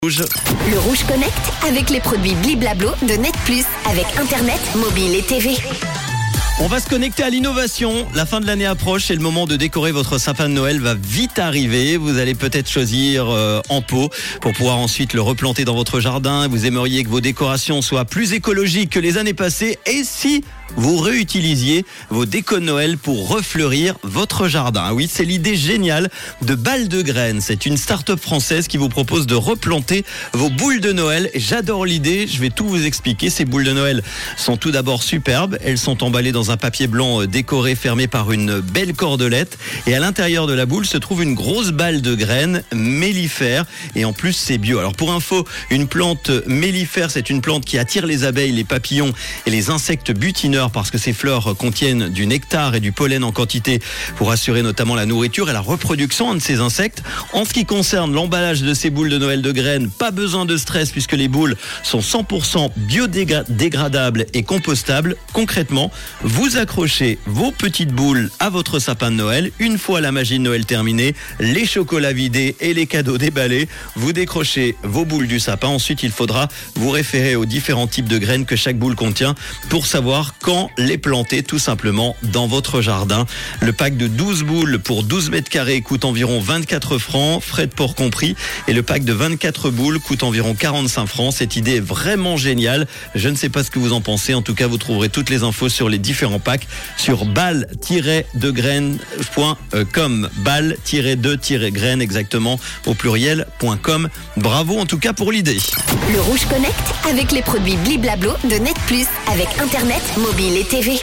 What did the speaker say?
Rouge. Le Rouge Connect avec les produits Bliblablo de Net Plus avec Internet, mobile et TV. On va se connecter à l'innovation. La fin de l'année approche et le moment de décorer votre sapin de Noël va vite arriver. Vous allez peut-être choisir en pot pour pouvoir ensuite le replanter dans votre jardin. Vous aimeriez que vos décorations soient plus écologiques que les années passées. Et si vous réutilisiez vos décos de Noël pour refleurir votre jardin? Oui, c'est l'idée géniale de Balles de Graines. C'est une start-up française qui vous propose de replanter vos boules de Noël. J'adore l'idée, je vais tout vous expliquer. Ces boules de Noël sont tout d'abord superbes. Elles sont emballées dans un papier blanc décoré fermé par une belle cordelette. Et à l'intérieur de la boule se trouve une grosse balle de graines mellifères. Et en plus, c'est bio. Alors pour info, une plante mellifère, c'est une plante qui attire les abeilles, les papillons et les insectes butineurs parce que ces fleurs contiennent du nectar et du pollen en quantité pour assurer notamment la nourriture et la reproduction de ces insectes. En ce qui concerne l'emballage de ces boules de Noël de graines, pas besoin de stress puisque les boules sont 100% biodégradables et compostables. Concrètement, vous accrochez vos petites boules à votre sapin de Noël. Une fois la magie de Noël terminée, les chocolats vidés et les cadeaux déballés, vous décrochez vos boules du sapin. Ensuite, il faudra vous référer aux différents types de graines que chaque boule contient pour savoir quand les planter tout simplement dans votre jardin. Le pack de 12 boules pour 12 mètres carrés coûte environ 24 francs, frais de port compris. Et le pack de 24 boules coûte environ 45 francs. Cette idée est vraiment géniale. Je ne sais pas ce que vous en pensez. En tout cas, vous trouverez toutes les infos sur les différents packs sur balles-de-graines.com. Balles-de-graines exactement au pluriel.com. Bravo en tout cas pour l'idée. Le Rouge Connect avec les produits Bliblablo de Net Plus avec Internet, mobile et TV.